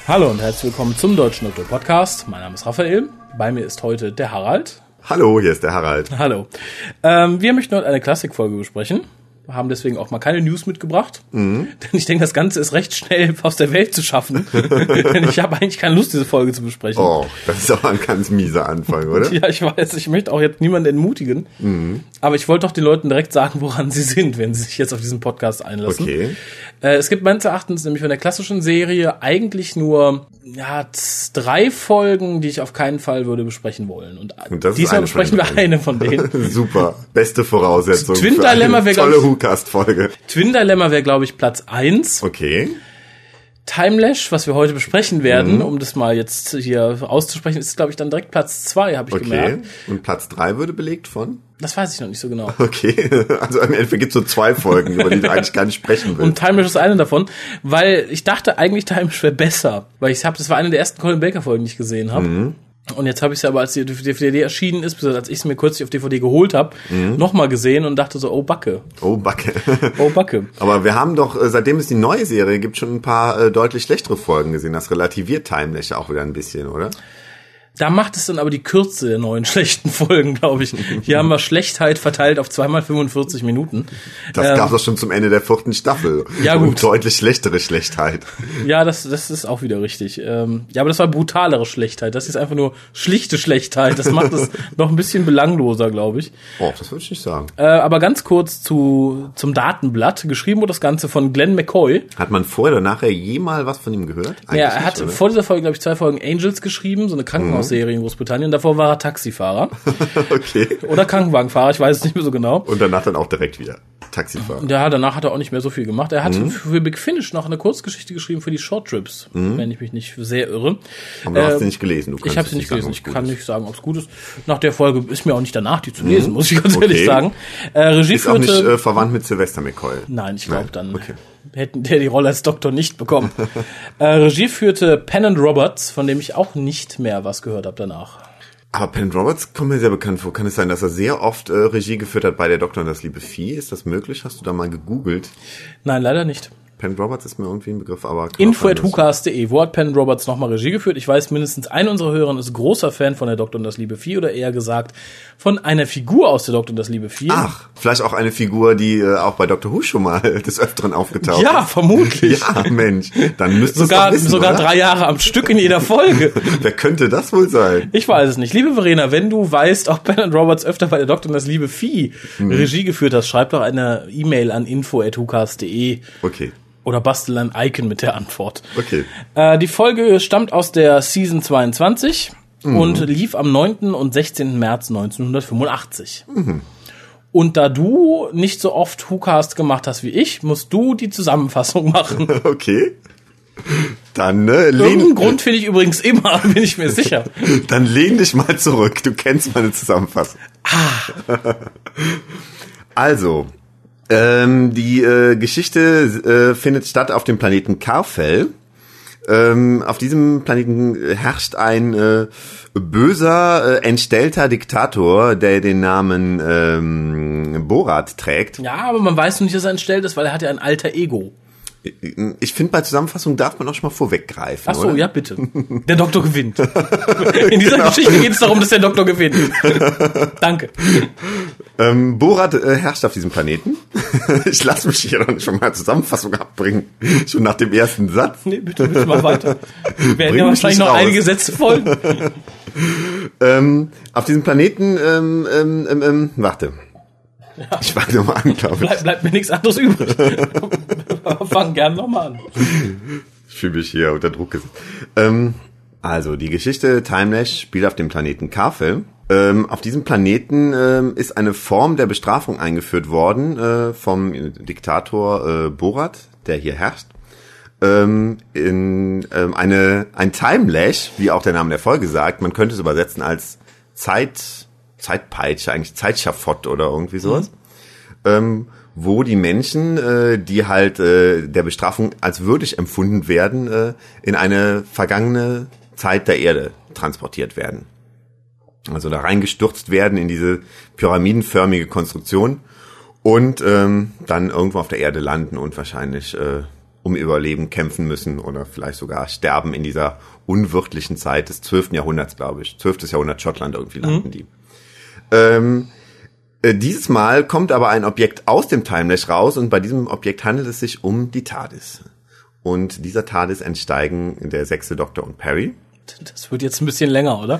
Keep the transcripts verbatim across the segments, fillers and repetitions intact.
Hallo und herzlich willkommen zum Deutschen Doktor Podcast. Mein Name ist Raphael. Bei mir ist heute der Harald. Hallo, hier ist der Harald. Hallo. Ähm, wir möchten heute eine Klassikfolge besprechen. Wir haben deswegen auch mal keine News mitgebracht. Mhm. Denn ich denke, das Ganze ist recht schnell aus der Welt zu schaffen. Denn ich habe eigentlich keine Lust, diese Folge zu besprechen. Oh, das ist aber ein ganz mieser Anfang, oder? Ja, ich weiß. Ich möchte auch jetzt niemanden entmutigen. Mhm. Aber ich wollte doch den Leuten direkt sagen, woran sie sind, wenn sie sich jetzt auf diesen Podcast einlassen. Okay. Äh, es gibt meines Erachtens nämlich von der klassischen Serie eigentlich nur ja, drei Folgen, die ich auf keinen Fall würde besprechen wollen. Und, Und das diesmal ist eine besprechen wir eine von denen. Super. Beste Voraussetzung Twin für eine Dilemma wäre, tolle WhoCast-Folge. Twin Dilemma wäre, glaube ich, Platz eins. Okay. Timelash, was wir heute besprechen werden, mhm. um das mal jetzt hier auszusprechen, ist, glaube ich, dann direkt Platz zwei, habe ich okay. gemerkt. Und Platz drei würde belegt von? Das weiß ich noch nicht so genau. Okay, also im Endeffekt gibt es so zwei Folgen, über die du eigentlich gar nicht sprechen willst. Und Timelash ist eine davon, weil ich dachte eigentlich, Timelash wäre besser, weil ich habe, das war eine der ersten Colin Baker Folgen, die ich gesehen habe. Mhm. Und jetzt habe ich es aber, als die D V D erschienen ist, als ich es mir kürzlich auf D V D geholt habe, mhm. nochmal gesehen und dachte so, oh Backe. Oh Backe. Oh Backe. Aber wir haben doch, seitdem es die neue Serie gibt, schon ein paar äh, deutlich schlechtere Folgen gesehen. Das relativiert Timelash auch wieder ein bisschen, oder? Da macht es dann aber die Kürze der neuen schlechten Folgen, glaube ich. Hier haben wir Schlechtheit verteilt auf zweimal fünfundvierzig Minuten. Das ähm, gab es schon zum Ende der vierten Staffel. Ja, gut. Und deutlich schlechtere Schlechtheit. Ja, das, das ist auch wieder richtig. Ähm, ja, aber das war brutalere Schlechtheit. Das ist einfach nur schlichte Schlechtheit. Das macht es noch ein bisschen belangloser, glaube ich. Oh, das würde ich nicht sagen. Äh, aber ganz kurz zu zum Datenblatt. Geschrieben wurde das Ganze von Glenn McCoy. Hat man vorher oder nachher jemals was von ihm gehört? Eigentlich ja, er hat nicht, vor dieser Folge, glaube ich, zwei Folgen Angels geschrieben, so eine Krankenhaus. Serie in Großbritannien. Davor war er Taxifahrer. Okay. Oder Krankenwagenfahrer, ich weiß es nicht mehr so genau. Und danach dann auch direkt wieder Taxifahrer. Ja, danach hat er auch nicht mehr so viel gemacht. Er hat mhm. für Big Finish noch eine Kurzgeschichte geschrieben für die Short Trips, mhm. wenn ich mich nicht sehr irre. Aber du äh, hast sie nicht gelesen. Du ich habe sie nicht gelesen. Ich kann nicht sagen, ob es gut ist. Nach der Folge ist mir auch nicht danach, die zu lesen, mhm. muss ich ganz okay. ehrlich sagen. Äh, Regie ist führte, auch nicht äh, verwandt mit Sylvester McCoy. Nein, ich glaube dann... Okay. Hätten der die Rolle als Doktor nicht bekommen. äh, Regie führte Pennant Roberts, von dem ich auch nicht mehr was gehört habe danach. Aber Pennant Roberts kommt mir sehr bekannt vor. Kann es sein, dass er sehr oft äh, Regie geführt hat bei Der Doktor und das liebe Vieh? Ist das möglich? Hast du da mal gegoogelt? Nein, leider nicht. Pennant Roberts ist mir irgendwie ein Begriff, aber... info at whocast punkt de. Wo hat Pennant Roberts nochmal Regie geführt? Ich weiß, mindestens einer unserer Hörer ist großer Fan von Der Doktor und das liebe Vieh oder eher gesagt von einer Figur aus Der Doktor und das liebe Vieh. Ach, vielleicht auch eine Figur, die äh, auch bei Doctor Who schon mal des Öfteren aufgetaucht ja, ist. Ja, vermutlich. Ja, Mensch, dann müsste sogar, es doch wissen, sogar oder? drei Jahre am Stück in jeder Folge. Wer könnte das wohl sein? Ich weiß es nicht. Liebe Verena, wenn du weißt, ob Pennant Roberts öfter bei Der Doktor und das liebe Vieh hm. Regie geführt hast, schreib doch eine E-Mail an info at whocast punkt de. Okay. Oder bastel ein Icon mit der Antwort. Okay. Äh, die Folge stammt aus der Season zweiundzwanzig mhm. und lief am neunten und sechzehnten März neunzehnhundertfünfundachtzig. Mhm. Und da du nicht so oft WhoCast gemacht hast wie ich, musst du die Zusammenfassung machen. Okay. Dann äh, lehn... Irgendeinen Grund finde ich übrigens immer, bin ich mir sicher. Dann lehn dich mal zurück. Du kennst meine Zusammenfassung. Ah. Also... Ähm, die äh, Geschichte äh, findet statt auf dem Planeten Karfel. Ähm, auf diesem Planeten herrscht ein äh, böser, äh, entstellter Diktator, der den Namen ähm, Borat trägt. Ja, aber man weiß noch nicht, dass er entstellt ist, weil er hat ja ein alter Ego. Ich finde, bei Zusammenfassung darf man auch schon mal vorweggreifen. Ach so, oder? Ja, bitte. Der Doktor gewinnt. In dieser genau. Geschichte geht es darum, dass der Doktor gewinnt. Danke. Ähm, Borat äh, herrscht auf diesem Planeten. Ich lasse mich hier noch nicht von meiner Zusammenfassung abbringen. Schon nach dem ersten Satz. Nee, bitte, bitte mal weiter. Wir werden ja wahrscheinlich noch raus. einige Sätze folgen. ähm, auf diesem Planeten, ähm, ähm, ähm, ähm, warte. Ja. Ich fange nochmal an, glaube ich. Bleib, bleibt mir nichts anderes übrig. Aber fang gerne nochmal an. Ich fühle mich hier unter Druck gesetzt. Ähm, also, die Geschichte Timelash spielt auf dem Planeten Karfel. Ähm, auf diesem Planeten ähm, ist eine Form der Bestrafung eingeführt worden äh, vom Diktator äh, Borat, der hier herrscht. Ähm, in ähm, eine ein Timelash, wie auch der Name der Folge sagt, man könnte es übersetzen als Zeit... Zeitpeitsche, eigentlich Zeitschafott oder irgendwie sowas, mhm. ähm, wo die Menschen, äh, die halt äh, der Bestrafung als würdig empfunden werden, äh, in eine vergangene Zeit der Erde transportiert werden. Also da reingestürzt werden in diese pyramidenförmige Konstruktion und ähm, dann irgendwo auf der Erde landen und wahrscheinlich äh, um Überleben kämpfen müssen oder vielleicht sogar sterben in dieser unwirtlichen Zeit des zwölften Jahrhunderts, glaube ich. zwölftes Jahrhundert Schottland irgendwie landen mhm. die. Ähm, äh, dieses Mal kommt aber ein Objekt aus dem Timelash raus und bei diesem Objekt handelt es sich um die TARDIS. Und dieser TARDIS entsteigen der sechste Doktor und Perry. Das wird jetzt ein bisschen länger, oder?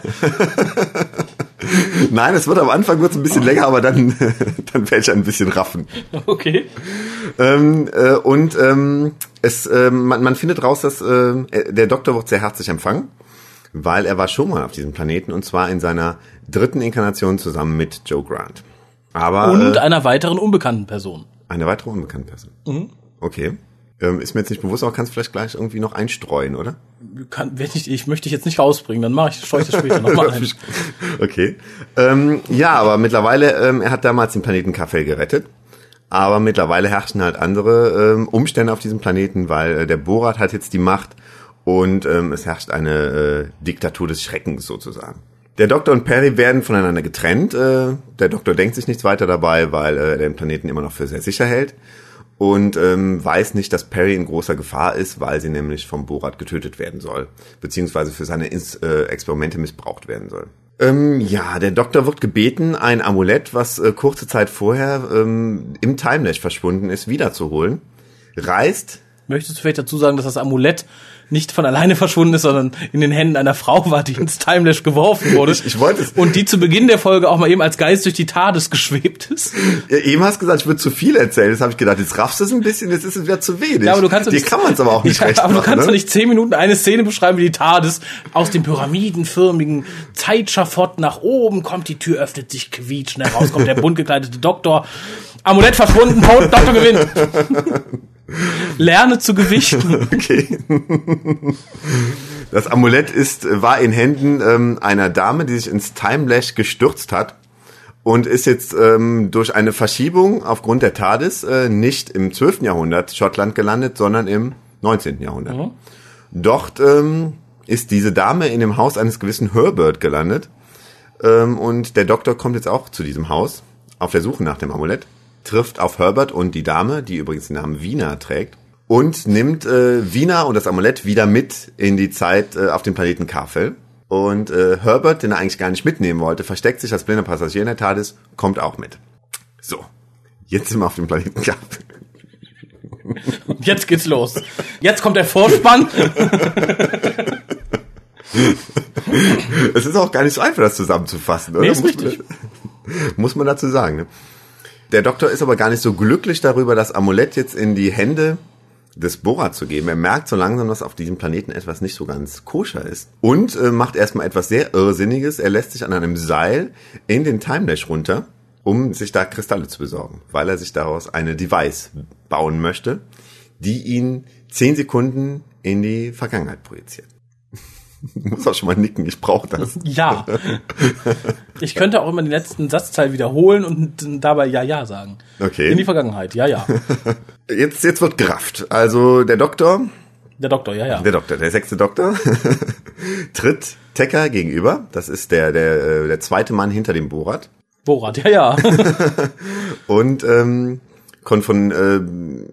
Nein, es wird am Anfang wird's ein bisschen länger, aber dann, dann werde ich ein bisschen raffen. Okay. Ähm, äh, und ähm, es, äh, man, man findet raus, dass äh, der Doktor wird sehr herzlich empfangen, weil er war schon mal auf diesem Planeten und zwar in seiner dritten Inkarnation zusammen mit Joe Grant. Aber und äh, einer weiteren unbekannten Person. Eine weitere unbekannte Person. Mhm. Okay. Ähm, ist mir jetzt nicht bewusst, aber kannst du vielleicht gleich irgendwie noch einstreuen, oder? Kann, wenn ich, ich möchte dich jetzt nicht rausbringen, dann mache ich, streue ich das später nochmal ein. Okay. Ähm, ja, aber mittlerweile, ähm, er hat damals den Planeten Café gerettet. Aber mittlerweile herrschen halt andere ähm, Umstände auf diesem Planeten, weil äh, der Borat hat jetzt die Macht und ähm, es herrscht eine äh, Diktatur des Schreckens sozusagen. Der Doktor und Perry werden voneinander getrennt. Äh, der Doktor denkt sich nichts weiter dabei, weil äh, er den Planeten immer noch für sehr sicher hält. Und ähm, weiß nicht, dass Perry in großer Gefahr ist, weil sie nämlich vom Borat getötet werden soll, beziehungsweise für seine Ins- äh, Experimente missbraucht werden soll. Ähm, ja, der Doktor wird gebeten, ein Amulett, was äh, kurze Zeit vorher ähm, im Timelash verschwunden ist, wiederzuholen. Reist. Möchtest du vielleicht dazu sagen, dass das Amulett nicht von alleine verschwunden ist, sondern in den Händen einer Frau war, die ins Timelash geworfen wurde. Ich, ich wollte es. Und die zu Beginn der Folge auch mal eben als Geist durch die TARDIS geschwebt ist. Ja, eben hast du gesagt, ich würde zu viel erzählen. Jetzt habe ich gedacht, jetzt raffst du es ein bisschen, jetzt ist es wieder zu wenig. Ja, aber du kannst Dir kann man es aber auch nicht ja, recht aber machen, du kannst ne? doch nicht zehn Minuten eine Szene beschreiben, wie die TARDIS aus dem pyramidenförmigen Zeitschafott nach oben kommt, die Tür öffnet sich, quietschen, heraus kommt der bunt gekleidete Doktor. Amulett verschwunden, Punkt, Doktor gewinnt. Lerne zu gewichten. Okay. Das Amulett ist, war in Händen ähm, einer Dame, die sich ins Timelash gestürzt hat und ist jetzt ähm, durch eine Verschiebung aufgrund der TARDIS äh, nicht im zwölften Jahrhundert Schottland gelandet, sondern im neunzehnten Jahrhundert. Mhm. Dort ähm, ist diese Dame in dem Haus eines gewissen Herbert gelandet ähm, und der Doktor kommt jetzt auch zu diesem Haus auf der Suche nach dem Amulett, trifft auf Herbert und die Dame, die übrigens den Namen Vina trägt, und nimmt äh, Vina und das Amulett wieder mit in die Zeit äh, auf dem Planeten Karfel. Und äh, Herbert, den er eigentlich gar nicht mitnehmen wollte, versteckt sich als blinder Passagier in der TARDIS, kommt auch mit. So, jetzt sind wir auf dem Planeten Karfel. Jetzt geht's los. Jetzt kommt der Vorspann. Es ist auch gar nicht so einfach, das zusammenzufassen, oder? Nee, ist richtig. Muss man dazu sagen, ne? Der Doktor ist aber gar nicht so glücklich darüber, das Amulett jetzt in die Hände des Borat zu geben. Er merkt so langsam, dass auf diesem Planeten etwas nicht so ganz koscher ist. Und äh, macht erstmal etwas sehr Irrsinniges. Er lässt sich an einem Seil in den Timelash runter, um sich da Kristalle zu besorgen. Weil er sich daraus eine Device bauen möchte, die ihn zehn Sekunden in die Vergangenheit projiziert. Du musst auch schon mal nicken, ich brauche das. Ja. Ich könnte auch immer den letzten Satzteil wiederholen und dabei ja, ja sagen. Okay. In die Vergangenheit, ja, ja. Jetzt, jetzt wird gerafft. Also der Doktor... Der Doktor, ja, ja. Der Doktor, der sechste Doktor, tritt Tekka gegenüber. Das ist der, der, der zweite Mann hinter dem Borat. Borat, ja, ja. Und ähm, kon von... Ähm,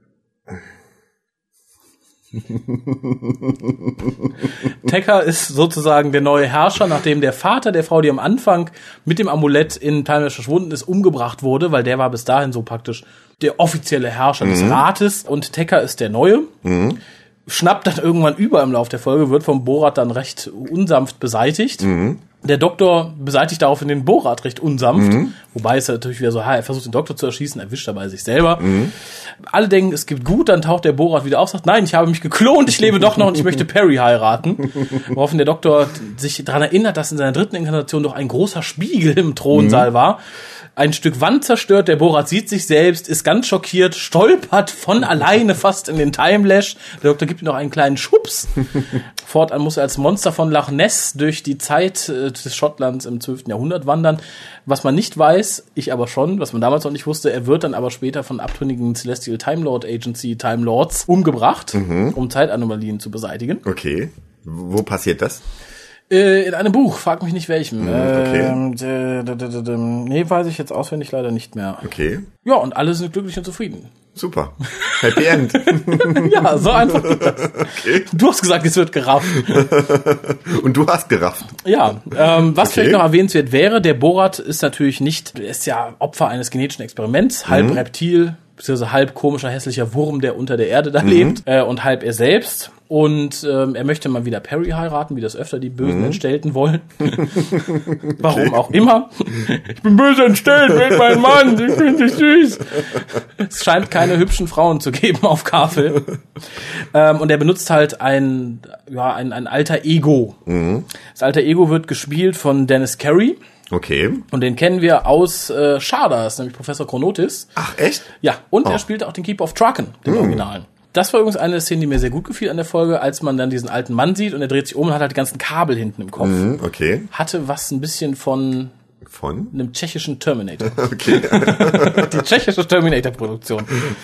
Tekka ist sozusagen der neue Herrscher, nachdem der Vater der Frau, die am Anfang mit dem Amulett in Timelash verschwunden ist, umgebracht wurde, weil der war bis dahin so praktisch der offizielle Herrscher mhm. des Rates und Tekka ist der Neue. Mhm. Schnappt dann irgendwann über im Laufe der Folge, wird vom Borat dann recht unsanft beseitigt. Mhm. Der Doktor beseitigt daraufhin den Borat recht unsanft, mhm. wobei es natürlich wieder so, ha, er versucht den Doktor zu erschießen, erwischt dabei sich selber. Mhm. Alle denken, es gibt gut, dann taucht der Borat wieder auf, sagt, nein, ich habe mich geklont, ich lebe doch noch und ich möchte Perry heiraten. Woraufhin der Doktor sich daran erinnert, dass in seiner dritten Inkarnation doch ein großer Spiegel im Thronsaal mhm. war. Ein Stück Wand zerstört, der Borat sieht sich selbst, ist ganz schockiert, stolpert von alleine fast in den Timelash. Der Doktor gibt ihm noch einen kleinen Schubs. Fortan muss er als Monster von Loch Ness durch die Zeit äh, des Schottlands im zwölften Jahrhundert wandern. Was man nicht weiß, ich aber schon, was man damals noch nicht wusste, er wird dann aber später von abtrünnigen Celestial Time Lord Agency Time Lords umgebracht, mhm. um Zeitanomalien zu beseitigen. Okay. Wo passiert das? Äh, in einem Buch, frag mich nicht welchem. Okay. Ähm, d- d- d- d- nee, weiß ich jetzt auswendig leider nicht mehr. Okay. Ja, und alle sind glücklich und zufrieden. Super. Happy End. Ja, so einfach geht das. Okay. Du hast gesagt, es wird gerafft. Und du hast gerafft. Ja, ähm, was Okay. vielleicht noch erwähnenswert wäre, der Borat ist natürlich nicht, er ist ja Opfer eines genetischen Experiments, halb Mhm. Reptil, beziehungsweise halb komischer, hässlicher Wurm, der unter der Erde da Mhm. lebt, äh, und halb er selbst. Und ähm, er möchte mal wieder Perry heiraten, wie das öfter die bösen Mhm. Entstellten wollen. Warum auch immer. Ich bin böse entstellt, wählt mein Mann, ich bin nicht süß. Es scheint keine hübschen Frauen zu geben auf Kafel. ähm, und er benutzt halt ein, ja, ein, ein alter Ego. Mhm. Das alter Ego wird gespielt von Dennis Carey. Okay. Und den kennen wir aus äh, Shadas, nämlich Professor Chronotis. Ach, echt? Ja, und Oh. er spielte auch den Keeper of Traken, den Originalen. Das war übrigens eine der Szenen, die mir sehr gut gefiel an der Folge, als man dann diesen alten Mann sieht und er dreht sich um und hat halt die ganzen Kabel hinten im Kopf. Mhm, okay. Hatte was ein bisschen von Von? einem tschechischen Terminator. Okay. Die tschechische Terminator-Produktion.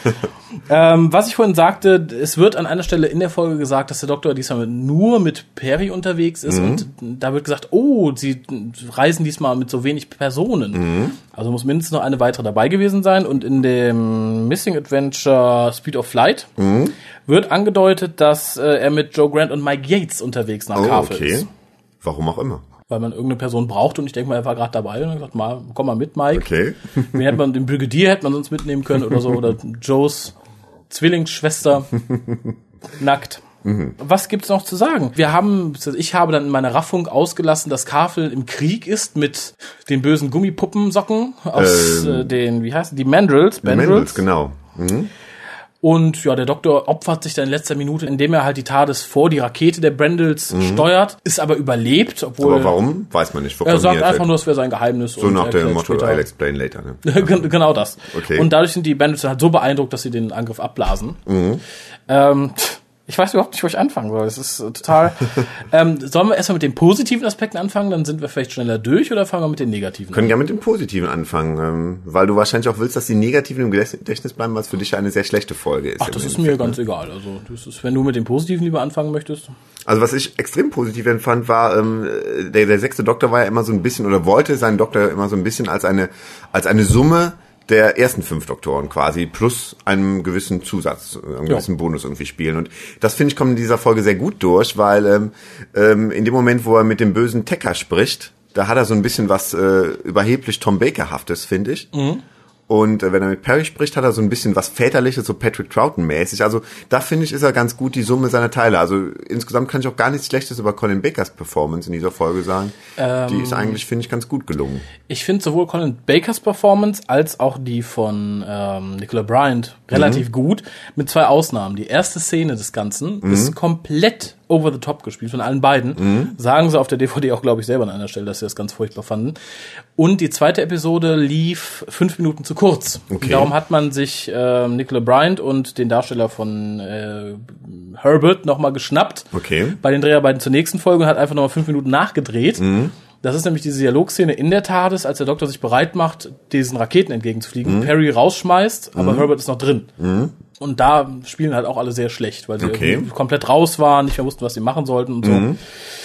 ähm, was ich vorhin sagte, es wird an einer Stelle in der Folge gesagt, dass der Doktor diesmal nur mit Perry unterwegs ist Mhm. und da wird gesagt, oh, sie reisen diesmal mit so wenig Personen. Mhm. Also muss mindestens noch eine weitere dabei gewesen sein und in dem Missing Adventure Speed of Flight Mhm. wird angedeutet, dass äh, er mit Joe Grant und Mike Yates unterwegs nach Oh, Kafel okay. ist. Warum auch immer. Weil man irgendeine Person braucht und ich denke mal, er war gerade dabei und hat gesagt, mal, komm mal mit, Mike. Okay. Wen hätte man, den Brigadier hätte man sonst mitnehmen können oder so, oder Joes Zwillingsschwester nackt. Was gibt's noch zu sagen? Wir haben, ich habe dann in meiner Raffung ausgelassen, dass Kafel im Krieg ist mit den bösen Gummipuppensocken aus Ähm, äh, den, wie heißt die, Mandrels, Mandrels, genau. Mhm. Und ja, der Doktor opfert sich dann in letzter Minute, indem er halt die TARDIS vor die Rakete der Brendels steuert, ist aber überlebt, obwohl Aber warum? Weiß man nicht. er sagt Programmiert einfach wird. nur, es wäre sein Geheimnis. So und nach dem erklärt Motto, später- I'll explain later. Ne? genau das. Okay. Und dadurch sind die Bandits halt so beeindruckt, dass sie den Angriff abblasen. Mhm. Ähm, ich weiß überhaupt nicht, wo ich anfangen soll. Es ist äh, total. ähm, sollen wir erstmal mit den positiven Aspekten anfangen? Dann sind wir vielleicht schneller durch oder fangen wir mit den negativen Können an? gerne mit dem Positiven anfangen, ähm, weil du wahrscheinlich auch willst, dass die Negativen im Gedächtnis bleiben, was für dich eine sehr schlechte Folge ist. Ach, im das ist Endeffekt, mir ganz ne? egal. Also, das ist, wenn du mit den positiven lieber anfangen möchtest. Also was ich extrem positiv empfand, war, ähm, der, der sechste Doktor war ja immer so ein bisschen, oder wollte seinen Doktor immer so ein bisschen als eine, als eine Summe der ersten fünf Doktoren quasi, plus einem gewissen Zusatz, einem gewissen Bonus irgendwie spielen. Und das, finde ich, kommt in dieser Folge sehr gut durch, weil ähm, ähm, in dem Moment, wo er mit dem bösen Tekka spricht, da hat er so ein bisschen was äh, überheblich Tom Baker-haftes, finde ich. Mhm. Und äh, wenn er mit Perry spricht, hat er so ein bisschen was Väterliches, so Patrick Troughton-mäßig. Also da, finde ich, ist er ganz gut die Summe seiner Teile. Also insgesamt kann ich auch gar nichts Schlechtes über Colin Bakers Performance in dieser Folge sagen. Ähm, die ist eigentlich, finde ich, ganz gut gelungen. Ich finde sowohl Colin Bakers Performance als auch die von ähm, Nicola Bryant relativ mhm. gut, mit zwei Ausnahmen. Die erste Szene des Ganzen mhm. ist komplett over the top gespielt von allen beiden. Mhm. Sagen sie auf der D V D auch, glaube ich, selber an einer Stelle, dass sie das ganz furchtbar fanden. Und die zweite Episode lief fünf Minuten zu kurz. Okay. Darum hat man sich äh, Nicola Bryant und den Darsteller von äh, Herbert nochmal geschnappt. Okay. Bei den Dreharbeiten zur nächsten Folge und hat einfach nochmal fünf Minuten nachgedreht. Mhm. Das ist nämlich diese Dialogszene in der TARDIS, als der Doktor sich bereit macht, diesen Raketen entgegenzufliegen, mhm. Perry rausschmeißt, aber mhm. Herbert ist noch drin. Mhm. Und da spielen halt auch alle sehr schlecht, weil sie okay. irgendwie komplett raus waren, nicht mehr wussten, was sie machen sollten und so. Mhm.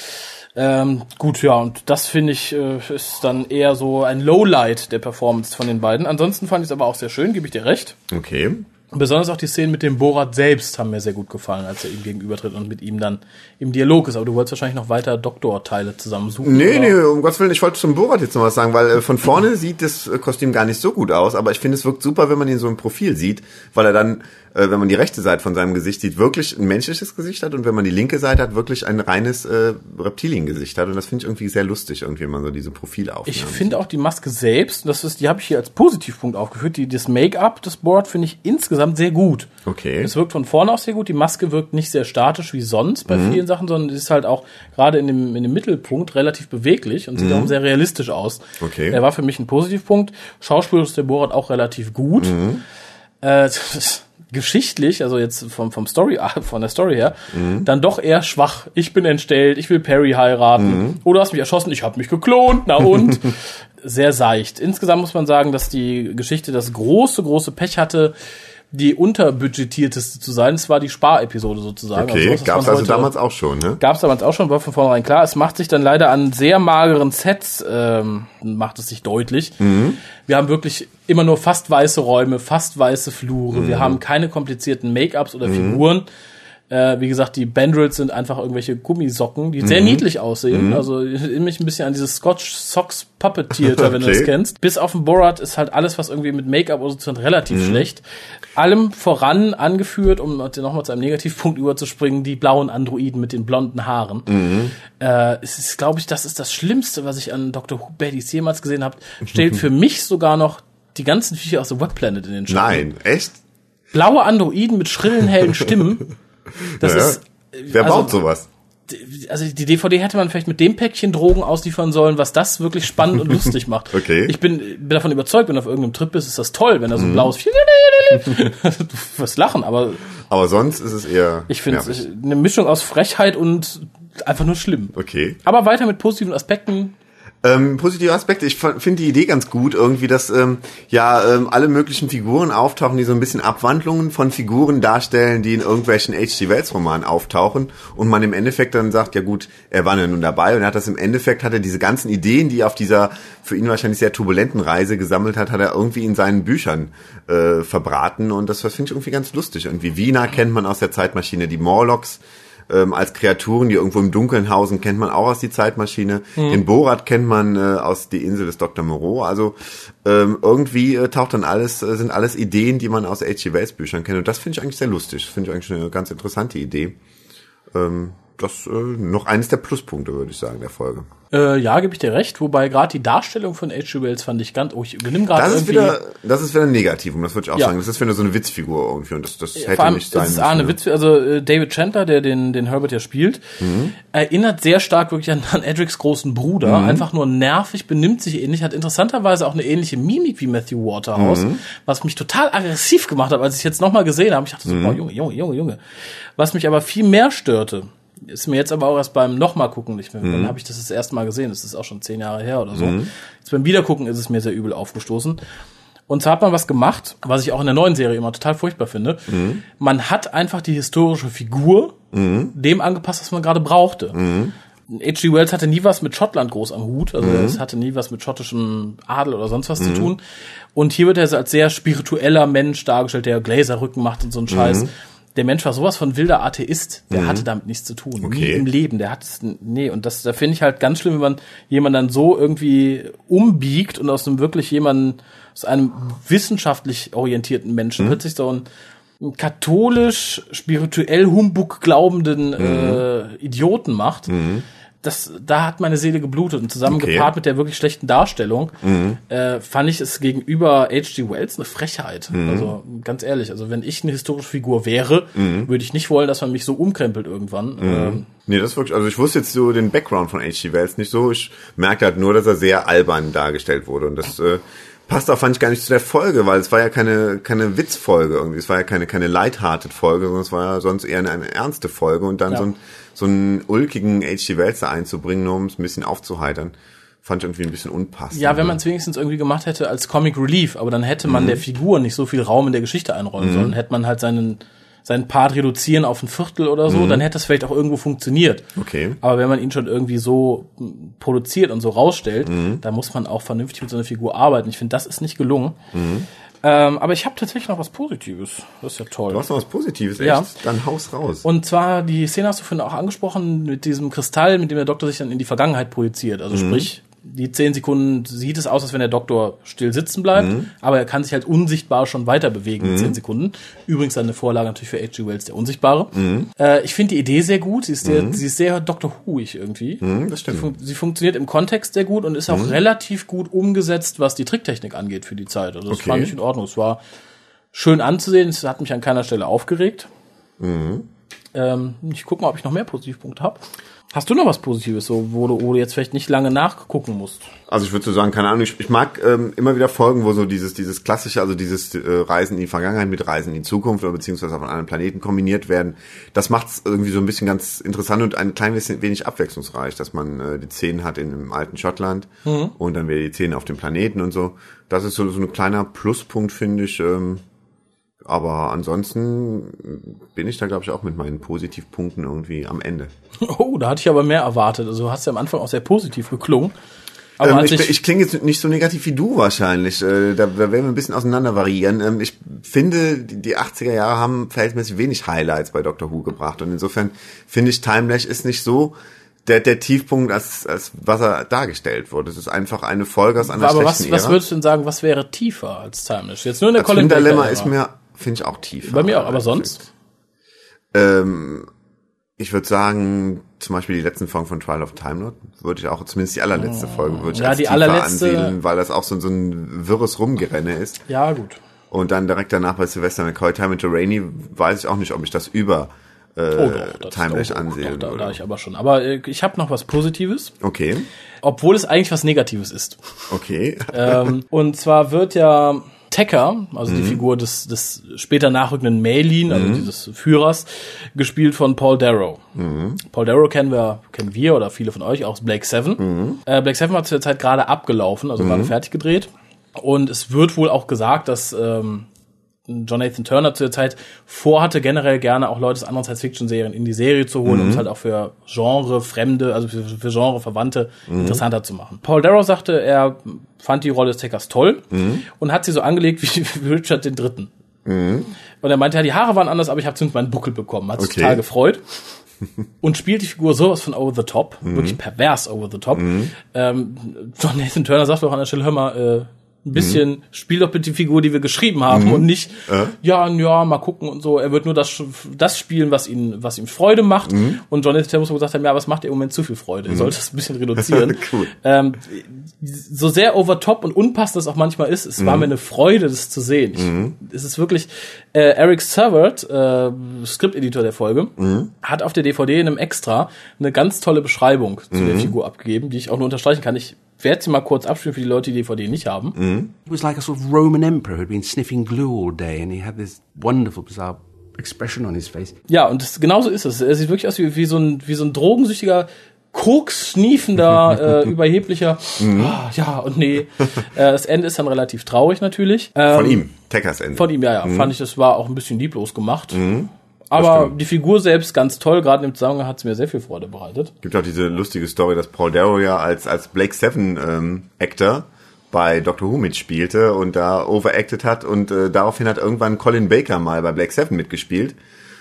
Ähm, gut, ja, und das finde ich äh, ist dann eher so ein Lowlight der Performance von den beiden. Ansonsten fand ich es aber auch sehr schön, gebe ich dir recht. Okay. Besonders auch die Szenen mit dem Borat selbst haben mir sehr gut gefallen, als er ihm gegenübertritt und mit ihm dann im Dialog ist. Aber du wolltest wahrscheinlich noch weiter Doktorteile zusammensuchen. Nee, oder? nee, um Gottes Willen, ich wollte zum Borat jetzt noch was sagen, weil äh, von vorne sieht das äh, Kostüm gar nicht so gut aus, aber ich finde, es wirkt super, wenn man ihn so im Profil sieht, weil er dann, äh, wenn man die rechte Seite von seinem Gesicht sieht, wirklich ein menschliches Gesicht hat und wenn man die linke Seite hat, wirklich ein reines äh, Reptiliengesicht hat und das finde ich irgendwie sehr lustig, irgendwie, wenn man so diese Profile aufnimmt. Ich finde auch die Maske selbst, das ist, die habe ich hier als Positivpunkt aufgeführt, die, das Make-up des Borat finde ich insgesamt sehr gut. Okay. Es wirkt von vorne aus sehr gut, die Maske wirkt nicht sehr statisch wie sonst bei mhm. vielen Sachen, sondern ist halt auch gerade in dem, in dem Mittelpunkt relativ beweglich und sieht mhm. auch sehr realistisch aus. Okay. Er war für mich ein Positivpunkt. Schauspielerisch ist der Borat auch relativ gut. Mhm. Äh, geschichtlich, also jetzt vom, vom Story, von der Story her, mhm. dann doch eher schwach. Ich bin entstellt, ich will Perry heiraten. Mhm. Oh, du hast mich erschossen, ich habe mich geklont, na und? Sehr seicht. Insgesamt muss man sagen, dass die Geschichte das große, große Pech hatte, die unterbudgetierteste zu sein. Es war die Sparepisode sozusagen. Okay, also, gab's also damals auch schon, ne? Gab's damals auch schon, war von vornherein klar. Es macht sich dann leider an sehr mageren Sets, ähm, macht es sich deutlich. Mhm. Wir haben wirklich immer nur fast weiße Räume, fast weiße Flure. Mhm. Wir haben keine komplizierten Make-ups oder mhm. Figuren. Äh, wie gesagt, die Bandrils sind einfach irgendwelche Gummisocken, die mhm. sehr niedlich aussehen. Mhm. Also ich erinnere mich ein bisschen an dieses Scotch Socks Puppet Theater, okay. wenn du das kennst. Bis auf den Borat ist halt alles, was irgendwie mit Make-up oder so zu tun, relativ mhm. schlecht. Allem voran angeführt, um nochmal zu einem Negativpunkt überzuspringen, die blauen Androiden mit den blonden Haaren. Mhm. Äh, es ist, glaube ich, das ist das Schlimmste, was ich an Doktor Who Baddies jemals gesehen habe. Stellt für mich sogar noch die ganzen Viecher aus The Web Planet in den Schatten. Nein, echt? Blaue Androiden mit schrillen, hellen Stimmen. Das ja. ist. Wer also, baut sowas? Also die D V D hätte man vielleicht mit dem Päckchen Drogen ausliefern sollen, was das wirklich spannend und lustig macht. Okay. Ich bin, bin davon überzeugt, wenn du auf irgendeinem Trip bist, ist das toll, wenn da so ein mm. blaues du wirst lachen, aber aber sonst ist es eher ich finde es eine Mischung aus Frechheit und einfach nur schlimm. Okay. Aber weiter mit positiven Aspekten. Ähm, positive Aspekte. Ich finde die Idee ganz gut irgendwie, dass ähm, ja ähm, alle möglichen Figuren auftauchen, die so ein bisschen Abwandlungen von Figuren darstellen, die in irgendwelchen H G Wells Romanen auftauchen und man im Endeffekt dann sagt, ja gut, er war ja nun dabei und er hat das im Endeffekt, hat er diese ganzen Ideen, die er auf dieser für ihn wahrscheinlich sehr turbulenten Reise gesammelt hat, hat er irgendwie in seinen Büchern äh, verbraten und das, das finde ich irgendwie ganz lustig. Irgendwie Wiener kennt man aus der Zeitmaschine, die Morlocks Ähm, als Kreaturen, die irgendwo im Dunkeln hausen, kennt man auch aus die Zeitmaschine. Mhm. Den Borat kennt man äh, aus Die Insel des Doktor Moreau. Also ähm, irgendwie äh, taucht dann alles, äh, sind alles Ideen, die man aus H G Wells Büchern kennt. Und das finde ich eigentlich sehr lustig. Finde ich eigentlich eine ganz interessante Idee. Ähm, das äh, noch eines der Pluspunkte, würde ich sagen, der Folge. Äh, ja, gebe ich dir recht. Wobei gerade die Darstellung von H G Wells fand ich ganz... Oh, ich übernehme gerade das irgendwie... Ist wieder, das ist wieder negativ, und das würde ich auch ja. sagen. Das ist wieder so eine Witzfigur irgendwie und das, das hätte Vor allem nicht sein ist es müssen. eine Witz, also äh, David Chandler, der den, den Herbert ja spielt, mhm. erinnert sehr stark wirklich an, an Edrics großen Bruder. Mhm. Einfach nur nervig, benimmt sich ähnlich, hat interessanterweise auch eine ähnliche Mimik wie Matthew Waterhouse, mhm. was mich total aggressiv gemacht hat, als ich es jetzt nochmal gesehen habe. Ich dachte so, mhm. boah, Junge, Junge, Junge, Junge. Was mich aber viel mehr störte, ist mir jetzt aber auch erst beim nochmal gucken nicht mehr. Mhm. Dann habe ich das das erste Mal gesehen. Das ist auch schon zehn Jahre her oder so. Mhm. Jetzt beim Wiedergucken ist es mir sehr übel aufgestoßen. Und zwar hat man was gemacht, was ich auch in der neuen Serie immer total furchtbar finde. Mhm. Man hat einfach die historische Figur mhm. dem angepasst, was man gerade brauchte. Mhm. H G Wells hatte nie was mit Schottland groß am Hut. Also mhm. es hatte nie was mit schottischem Adel oder sonst was mhm. zu tun. Und hier wird er als sehr spiritueller Mensch dargestellt, der Gläserrücken macht und so einen Scheiß. Mhm. Der Mensch war sowas von wilder Atheist, der mhm. hatte damit nichts zu tun. Okay. Nie im Leben, der hat es, nee, und das, da finde ich halt ganz schlimm, wenn man jemanden dann so irgendwie umbiegt und aus einem wirklich jemanden, aus einem wissenschaftlich orientierten Menschen mhm. plötzlich so einen, einen katholisch, spirituell Humbug glaubenden mhm. äh, Idioten macht. Mhm. Das, da hat meine Seele geblutet und zusammen okay. gepaart mit der wirklich schlechten Darstellung mhm. äh, fand ich es gegenüber H G Wells eine Frechheit. Mhm. Also ganz ehrlich, also wenn ich eine historische Figur wäre, mhm. würde ich nicht wollen, dass man mich so umkrempelt irgendwann. Mhm. Ähm, nee, das ist wirklich, also ich wusste jetzt so den Background von H G Wells nicht so. Ich merkte halt nur, dass er sehr albern dargestellt wurde und das äh, passt auch, fand ich, gar nicht zu der Folge, weil es war ja keine keine Witzfolge irgendwie, es war ja keine keine lighthearted Folge, sondern es war ja sonst eher eine, eine ernste Folge und dann ja. so ein so einen ulkigen H G Wells da einzubringen, nur um es ein bisschen aufzuheitern, fand ich irgendwie ein bisschen unpassend. Ja, wenn man es wenigstens irgendwie gemacht hätte als Comic Relief, aber dann hätte man mhm. der Figur nicht so viel Raum in der Geschichte einräumen mhm. sollen, hätte man halt seinen seinen Part reduzieren auf ein Viertel oder so, mhm. dann hätte das vielleicht auch irgendwo funktioniert. Okay. Aber wenn man ihn schon irgendwie so produziert und so rausstellt, mhm. dann muss man auch vernünftig mit so einer Figur arbeiten. Ich finde, das ist nicht gelungen. Mhm. Ähm, aber ich habe tatsächlich noch was Positives. Das ist ja toll. Du hast noch was Positives, echt? Ja. Dann haus raus. Und zwar, die Szene hast du vorhin auch angesprochen, mit diesem Kristall, mit dem der Doktor sich dann in die Vergangenheit projiziert. Also mhm. sprich, die zehn Sekunden sieht es aus, als wenn der Doktor still sitzen bleibt, mhm. aber er kann sich halt unsichtbar schon weiter bewegen in mhm. zehn Sekunden. Übrigens eine Vorlage natürlich für H G Wells, der Unsichtbare. Mhm. Äh, ich finde die Idee sehr gut. Sie ist sehr, mhm. sie ist sehr Doctor Who-ig irgendwie. Mhm, das stimmt. Sie, fun- sie funktioniert im Kontext sehr gut und ist auch mhm. relativ gut umgesetzt, was die Tricktechnik angeht für die Zeit. Also das okay. fand ich in Ordnung. Es war schön anzusehen. Es hat mich an keiner Stelle aufgeregt. Mhm. Ähm, ich gucke mal, ob ich noch mehr Positivpunkte habe. Hast du noch was Positives, so, wo du, wo du jetzt vielleicht nicht lange nachgucken musst? Also ich würde so sagen, keine Ahnung, ich, ich mag ähm, immer wieder Folgen, wo so dieses dieses klassische, also dieses äh, Reisen in die Vergangenheit mit Reisen in die Zukunft oder beziehungsweise auf einen anderen Planeten kombiniert werden. Das macht es irgendwie so ein bisschen ganz interessant und ein klein bisschen wenig abwechslungsreich, dass man äh, die Szenen hat in dem alten Schottland mhm. und dann wieder die Szenen auf dem Planeten und so. Das ist so, so ein kleiner Pluspunkt, finde ich. Ähm, aber ansonsten bin ich da, glaube ich, auch mit meinen Positivpunkten irgendwie am Ende. Oh, da hatte ich aber mehr erwartet. Also du hast ja am Anfang auch sehr positiv geklungen. Aber ähm, ich, ich, ich klinge jetzt nicht so negativ wie du wahrscheinlich. Äh, da, da werden wir ein bisschen auseinander variieren. Ähm, ich finde, die, die achtziger Jahre haben verhältnismäßig wenig Highlights bei Doctor Who gebracht. Und insofern finde ich, Timelash ist nicht so der, der Tiefpunkt, als, als was er dargestellt wurde. Es ist einfach eine Folge aus einer aber schlechten was, was Ära. würdest du denn sagen, was wäre tiefer als Timelash? Jetzt nur in der Colin Dilemma ist mir, finde ich, auch tiefer. Bei mir auch, aber sonst? Ähm, ich würde sagen, zum Beispiel die letzten Folgen von Trial of Time Lord, würde ich auch, zumindest die allerletzte Folge, würde ich ja, als die tiefer allerletzte ansiedeln, weil das auch so, so ein wirres Rumgerenne ist. Ja, gut. Und dann direkt danach bei Sylvester McCoy, Time and Rainey, weiß ich auch nicht, ob ich das über äh, oh, doch, Timelash oh, ansehen doch, da, würde. da ich aber schon. Aber äh, ich habe noch was Positives. Okay. Obwohl es eigentlich was Negatives ist. Okay. ähm, und zwar wird ja Tekka, also mhm. die Figur des, des später nachrückenden Maylin, also mhm. dieses Führers, gespielt von Paul Darrow. Mhm. Paul Darrow kennen wir, kennen wir oder viele von euch auch aus Blake Seven. Mhm. Äh, Blake Seven war zu der Zeit gerade abgelaufen, also mhm. gerade fertig gedreht. Und es wird wohl auch gesagt, dass ähm, Jonathan Turner zu der Zeit vorhatte, generell gerne auch Leute aus anderen Science-Fiction-Serien in die Serie zu holen, mhm. um es halt auch für Genre-Fremde, also für, für Genre-Verwandte mhm. interessanter zu machen. Paul Darrow sagte, er fand die Rolle des Tekkas toll mhm. und hat sie so angelegt wie, wie Richard den Dritten. Mhm. Und er meinte, ja, die Haare waren anders, aber ich habe zumindest meinen Buckel bekommen. Hat sich okay. total gefreut. Und spielt die Figur sowas von over the top, mhm. wirklich pervers over the top. Mhm. Ähm, Jonathan Turner sagt auch an der Stelle, hör mal, äh, ein bisschen, mhm. spiel doch bitte die Figur, die wir geschrieben haben mhm. und nicht, äh? ja, ja, mal gucken und so. Er wird nur das, das spielen, was ihn, was ihm Freude macht. Mhm. Und Jonathan Turner muss gesagt haben, ja, was macht ihr im Moment zu viel Freude? Mhm. Ihr sollt das ein bisschen reduzieren. Cool. ähm, so sehr over top und unpassend das auch manchmal ist, es mhm. war mir eine Freude, das zu sehen. Ich, mhm. Es ist wirklich, äh, Eric Servert, äh, Skripteditor der Folge, mhm. hat auf der D V D in einem Extra eine ganz tolle Beschreibung zu mhm. der Figur abgegeben, die ich auch nur unterstreichen kann. Ich werde sie mal kurz abspielen für die Leute, die die D V D nicht haben. Mm. He was like a sort of Roman emperor who'd been sniffing glue all day and he had this wonderful, bizarre expression on his face. Ja, und das, genauso ist es. Er sieht wirklich aus wie, wie so ein, wie so ein drogensüchtiger, koks-schniefender, äh, überheblicher, mm. ah, ja und nee. äh, das Ende ist dann relativ traurig natürlich. Ähm, von ihm, Tekkas Ende. Von ihm, ja, ja. Mm. Fand ich, das war auch ein bisschen lieblos gemacht. Mm. Aber die Figur selbst ganz toll, gerade im Zusammenhang hat es mir sehr viel Freude bereitet. Gibt auch diese lustige Story, dass Paul Darrow ja als als Blake Seven ähm, Actor bei Doctor Who mitspielte und da overacted hat und äh, daraufhin hat irgendwann Colin Baker mal bei Blake Seven mitgespielt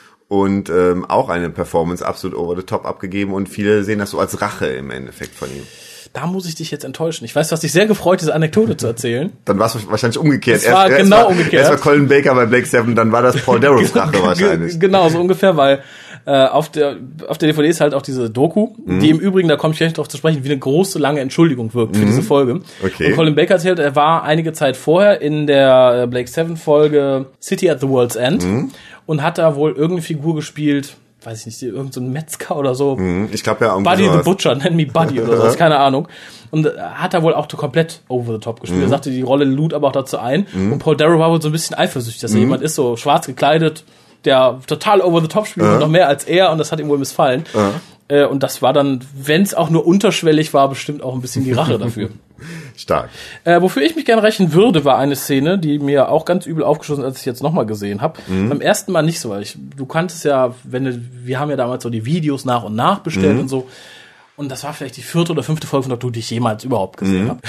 und ähm, auch eine Performance absolut over the top abgegeben und viele sehen das so als Rache im Endeffekt von ihm. Da muss ich dich jetzt enttäuschen. Ich weiß, du hast dich sehr gefreut, diese Anekdote zu erzählen. Dann war es wahrscheinlich umgekehrt. Es war erst, genau erst war, umgekehrt. Erst war Colin Baker bei Blake Seven, dann war das Paul Darrows Rache wahrscheinlich. Genau, so ungefähr, weil äh, auf der auf der D V D ist halt auch diese Doku, mhm. die im Übrigen, da komme ich gleich drauf zu sprechen, wie eine große, lange Entschuldigung wirkt für mhm. diese Folge. Okay. Und Colin Baker erzählt, er war einige Zeit vorher in der Blake Seven Folge City at the World's End mhm. und hat da wohl irgendeine Figur gespielt, weiß ich nicht, irgend so ein Metzger oder so. Ich glaube ja irgendwie Buddy sowas. the Butcher, nenn me Buddy oder sowas, keine Ahnung. Und äh, hat er wohl auch komplett over the top gespielt. Mhm. Er sagte, die Rolle lud aber auch dazu ein. Mhm. Und Paul Darrow war wohl so ein bisschen eifersüchtig, dass mhm. er jemand ist, so schwarz gekleidet, der total over the top spielt, äh. und noch mehr als er, und das hat ihm wohl missfallen. Äh. Äh, und das war dann, wenn es auch nur unterschwellig war, bestimmt auch ein bisschen die Rache dafür. Stark. Äh, wofür ich mich gerne rächen würde, war eine Szene, die mir auch ganz übel aufgeschossen ist, als ich jetzt nochmal gesehen habe. Mhm. Beim ersten Mal nicht so, weil ich, du kanntest ja, wenn du, wir haben ja damals so die Videos nach und nach bestellt mhm. und so. Und das war vielleicht die vierte oder fünfte Folge von Doctor Who, die ich jemals überhaupt gesehen mhm. habe.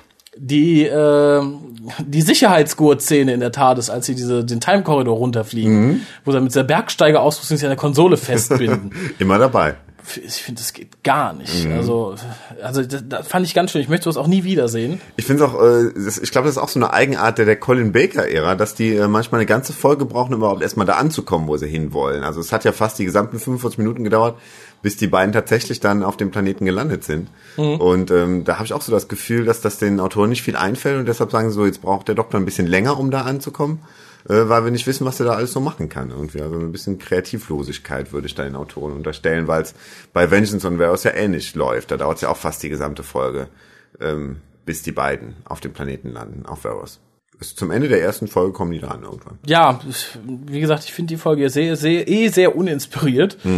Die, äh, die Sicherheitsgurt-Szene in der TARDIS, als sie diese, den Time-Korridor runterfliegen, mhm. wo sie mit der Bergsteiger-Ausrüstung sich an der Konsole festbinden. Immer dabei. Ich finde, das geht gar nicht. Mhm. Also, also das, das fand ich ganz schön. Ich möchte sowas auch nie wiedersehen. Ich finde es auch, äh, das, ich glaube, das ist auch so eine Eigenart der, der Colin Baker-Ära, dass die äh, manchmal eine ganze Folge brauchen, um überhaupt erstmal da anzukommen, wo sie hinwollen. Also es hat ja fast die gesamten fünfundvierzig Minuten gedauert, bis die beiden tatsächlich dann auf dem Planeten gelandet sind. Mhm. Und ähm, da habe ich auch so das Gefühl, dass das den Autoren nicht viel einfällt und deshalb sagen sie so, jetzt braucht der Doktor ein bisschen länger, um da anzukommen. Äh, weil wir nicht wissen, was er da alles so machen kann irgendwie. Also ein bisschen Kreativlosigkeit würde ich da den Autoren unterstellen, weil es bei Vengeance on Varos ja ähnlich läuft. Da dauert es ja auch fast die gesamte Folge, ähm, bis die beiden auf dem Planeten landen, auf Varos. Zum Ende der ersten Folge kommen die da an irgendwann. Ja, wie gesagt, ich finde die Folge sehr, sehr, eh sehr uninspiriert. Mhm.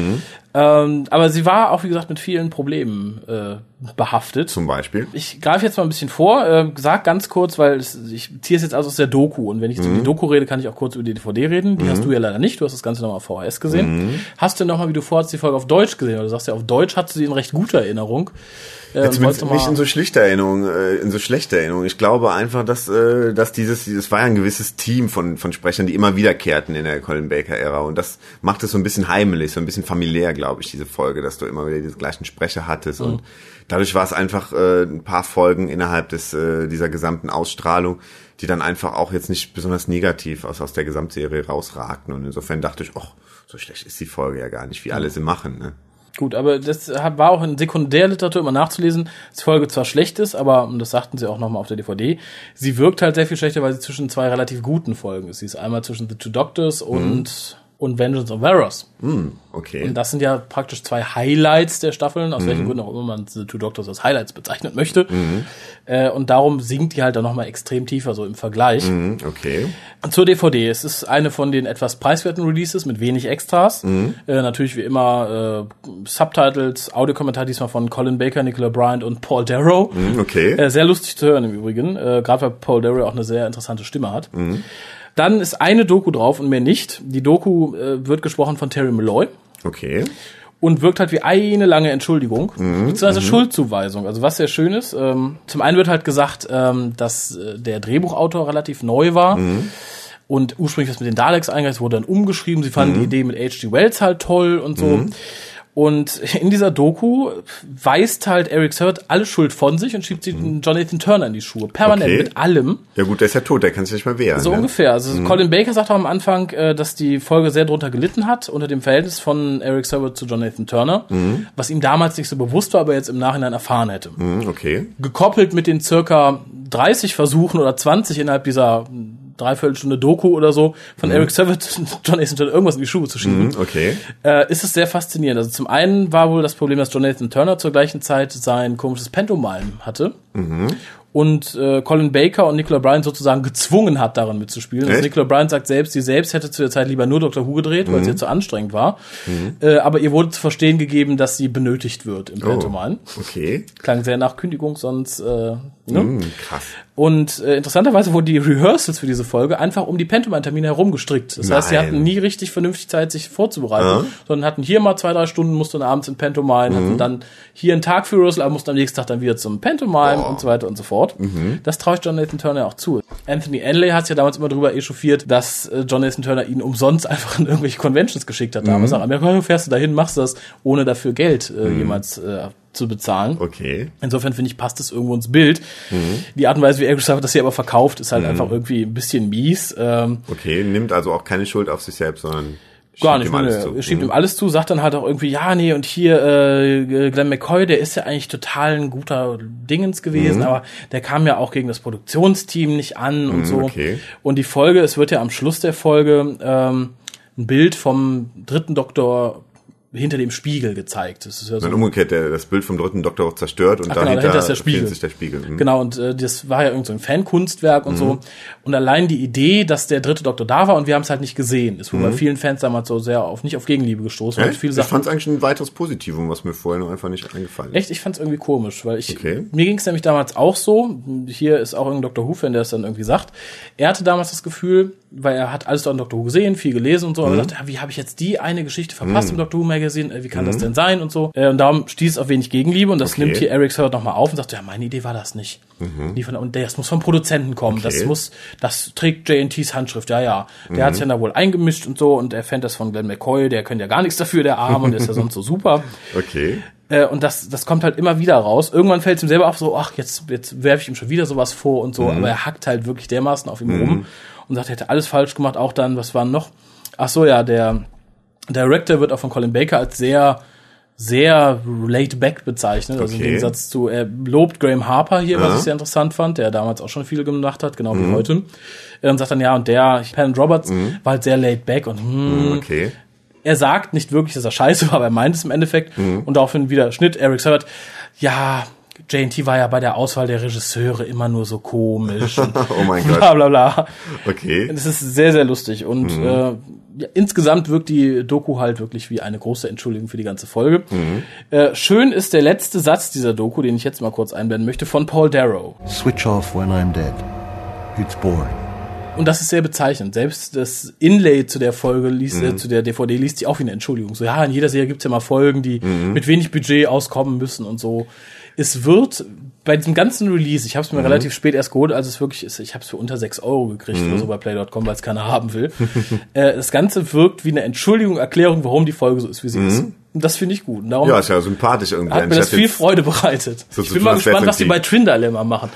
Ähm, aber sie war auch, wie gesagt, mit vielen Problemen äh, behaftet. Zum Beispiel? Ich greife jetzt mal ein bisschen vor, äh, sag ganz kurz, weil es, ich ziehe es jetzt aus, aus der Doku. Und wenn ich jetzt mhm. über die Doku rede, kann ich auch kurz über die D V D reden. Die mhm. hast du ja leider nicht. Du hast das Ganze nochmal auf V H S gesehen. Mhm. Hast du nochmal, wie du vorhast, die Folge auf Deutsch gesehen? Oder du sagst ja, auf Deutsch hattest du die in recht guter Erinnerung. Äh, Jetzt nicht in so schlechter Erinnerung, äh, in so schlechter Erinnerung. Ich glaube einfach, dass, äh, dass dieses, dieses war ja ein gewisses Team von, von Sprechern, die immer wiederkehrten in der Colin Baker-Ära. Und das macht es so ein bisschen heimelig, so ein bisschen familiär, glaube ich, diese Folge, dass du immer wieder diese gleichen Sprecher hattest. Mhm. Und dadurch war es einfach äh, ein paar Folgen innerhalb des äh, dieser gesamten Ausstrahlung, die dann einfach auch jetzt nicht besonders negativ aus, aus der Gesamtserie rausragten. Und insofern dachte ich, ach, so schlecht ist die Folge ja gar nicht, wie alle sie machen, ne? Gut, aber das war auch in Sekundärliteratur immer nachzulesen, dass die Folge zwar schlecht ist, aber, und das sagten sie auch nochmal auf der D V D, sie wirkt halt sehr viel schlechter, weil sie zwischen zwei relativ guten Folgen ist. Sie ist einmal zwischen The Two Doctors und, mhm. und Vengeance of Varos. Mhm, okay. Und das sind ja praktisch zwei Highlights der Staffeln, aus mhm. welchen Gründen auch immer man The Two Doctors als Highlights bezeichnen möchte. Mhm. Äh, und darum sinkt die halt dann nochmal extrem tiefer, so im Vergleich. Mhm, okay. Und zur D V D. Es ist eine von den etwas preiswerten Releases mit wenig Extras. Mhm. Äh, natürlich wie immer äh, Subtitles, Audiokommentar diesmal von Colin Baker, Nicola Bryant und Paul Darrow. Mhm, okay. Äh, sehr lustig zu hören im Übrigen, äh, gerade weil Paul Darrow auch eine sehr interessante Stimme hat. Mhm. Dann ist eine Doku drauf und mehr nicht. Die Doku äh, wird gesprochen von Terry Malloy. Okay. Und wirkt halt wie eine lange Entschuldigung, mhm, beziehungsweise Schuldzuweisung. Also was sehr schön ist, ähm, zum einen wird halt gesagt, ähm, dass äh, der Drehbuchautor relativ neu war mhm. und ursprünglich was mit den Daleks eingereicht wurde, dann umgeschrieben. Sie fanden mhm. die Idee mit H G Wells halt toll und so. Mhm. Und in dieser Doku weist halt Eric Servet alle Schuld von sich und schiebt sie mhm. Jonathan Turner in die Schuhe. Permanent, okay. mit allem. Ja gut, der ist ja tot, der kann sich nicht mehr wehren. So ne? ungefähr. Also mhm. Colin Baker sagt auch am Anfang, dass die Folge sehr drunter gelitten hat, unter dem Verhältnis von Eric Servet zu Jonathan Turner, mhm. was ihm damals nicht so bewusst war, aber jetzt im Nachhinein erfahren hätte. Mhm, okay. Gekoppelt mit den circa dreißig Versuchen oder zwanzig innerhalb dieser Dreiviertelstunde Doku oder so von mhm. Eric Servet, Jonathan Turner irgendwas in die Schuhe zu schieben, mhm, okay. äh, ist es sehr faszinierend. Also zum einen war wohl das Problem, dass Jonathan Turner zur gleichen Zeit sein komisches Pantomime hatte mhm. und äh, Colin Baker und Nicola Bryant sozusagen gezwungen hat, darin mitzuspielen. Also Nicola Bryant sagt selbst, sie selbst hätte zu der Zeit lieber nur Doctor Who gedreht, mhm. weil sie ja zu anstrengend war. Mhm. Äh, aber ihr wurde zu verstehen gegeben, dass sie benötigt wird im Pantomime. Oh, okay. Klang sehr nach Kündigung, sonst äh, ne? Mhm, krass. Und äh, interessanterweise wurden die Rehearsals für diese Folge einfach um die Pantomime-Termine herum gestrickt. Das Nein. heißt, sie hatten nie richtig vernünftig Zeit, sich vorzubereiten, ja. sondern hatten hier mal zwei, drei Stunden, mussten abends in Pantomime, mhm. hatten dann hier einen Tag für Rehearsal, aber mussten am nächsten Tag dann wieder zum Pantomime Boah. und so weiter und so fort. Mhm. Das traue ich Jonathan Turner auch zu. Anthony Anley hat sich ja damals immer darüber echauffiert, dass äh, Jonathan Turner ihn umsonst einfach in irgendwelche Conventions geschickt hat. Damals mhm. nach Amerika, fährst du dahin, machst das, ohne dafür Geld äh, mhm. jemals äh, zu bezahlen. Okay. Insofern finde ich, passt es irgendwo ins Bild. Mhm. Die Art und Weise, wie Eric Servet das hier aber verkauft, ist halt mhm. einfach irgendwie ein bisschen mies. Ähm, okay, nimmt also auch keine Schuld auf sich selbst, sondern gar nicht, er schiebt mhm. ihm alles zu, sagt dann halt auch irgendwie, ja, nee, und hier äh, Glenn McCoy, der ist ja eigentlich total ein guter Dingens gewesen, mhm. aber der kam ja auch gegen das Produktionsteam nicht an und mhm, so. Okay. Und die Folge, es wird ja am Schluss der Folge ähm, ein Bild vom dritten Doktor hinter dem Spiegel gezeigt. Das ist ja so dann umgekehrt, der, das Bild vom dritten Doktor auch zerstört und Ach, dahinter, genau, dahinter ist der Spiegel. sich der Spiegel. Mhm. Genau, und äh, das war ja irgend so ein Fankunstwerk und mhm. so. Und allein die Idee, dass der dritte Doktor da war und wir haben es halt nicht gesehen, ist wohl mhm. bei vielen Fans damals so sehr auf nicht auf Gegenliebe gestoßen. Echt? Viele ich fand es eigentlich ein weiteres Positivum, was mir vorher noch einfach nicht eingefallen ist. Echt? Ich fand es irgendwie komisch, weil ich okay. mir ging es nämlich damals auch so, hier ist auch irgendein Doktor Who-Fan, der es dann irgendwie sagt, er hatte damals das Gefühl, weil er hat alles dort in Doktor Who gesehen, viel gelesen und so, mhm. aber er dachte, ja, wie habe ich jetzt die eine Geschichte verpasst mhm. im Doktor Who Magazine, wie kann mhm. das denn sein und so. Und darum stieß es auf wenig Gegenliebe und das okay. nimmt hier Eric Servet nochmal auf und sagt, ja, meine Idee war das nicht. Mhm. Die von, und das muss vom Produzenten kommen, okay. das muss, das trägt J N Ts Handschrift, ja, ja. Der mhm. hat sich dann da wohl eingemischt und so und er fand das von Glenn McCoy, der könnte ja gar nichts dafür, der Arm, und der ist ja sonst so super. Okay. Und das, das kommt halt immer wieder raus. Irgendwann fällt es ihm selber auf, so, ach, jetzt, jetzt werfe ich ihm schon wieder sowas vor und so, mhm. aber er hackt halt wirklich dermaßen auf ihm mhm. rum und sagt, er hätte alles falsch gemacht, auch dann, was war noch? Ach so, ja, der Director wird auch von Colin Baker als sehr, sehr laid back bezeichnet. Also okay. im Gegensatz zu, er lobt Graham Harper hier, ja. was ich sehr interessant fand, der damals auch schon viel gemacht hat, genau mhm. wie heute. Und sagt dann, ja, und der, Pan Roberts, mhm. war halt sehr laid back und, hm, okay. er sagt nicht wirklich, dass er scheiße war, aber er meint es im Endeffekt. Mhm. Und daraufhin wieder Schnitt, Eric Servet, ja, J and T war ja bei der Auswahl der Regisseure immer nur so komisch. Und oh mein Gott. Bla bla bla. Okay. Das ist sehr, sehr lustig. Und Mhm. äh, ja, insgesamt wirkt die Doku halt wirklich wie eine große Entschuldigung für die ganze Folge. Mhm. Äh, schön ist der letzte Satz dieser Doku, den ich jetzt mal kurz einblenden möchte, von Paul Darrow. Switch off when I'm dead. It's boring. Und das ist sehr bezeichnend. Selbst das Inlay zu der Folge, liest, Mhm. äh, zu der D V D, liest sich auch wie eine Entschuldigung. So, ja, in jeder Serie gibt's ja mal Folgen, die Mhm. mit wenig Budget auskommen müssen und so. Es wird bei diesem ganzen Release, ich habe es mir Mhm. relativ spät erst geholt, als es wirklich ist, ich habe es für unter sechs Euro gekriegt Mhm. oder so bei Play Punkt com, weil es keiner haben will. äh, das Ganze wirkt wie eine Entschuldigung, Erklärung, warum die Folge so ist, wie sie Mhm. ist. Und das finde ich gut. Und darum Ja, ist ja sympathisch irgendwie. hat mir das Anstatt viel jetzt- Freude bereitet. So ich zu bin tun, mal als wär's gespannt, was die bei irgendwie- Twin Dilemma machen.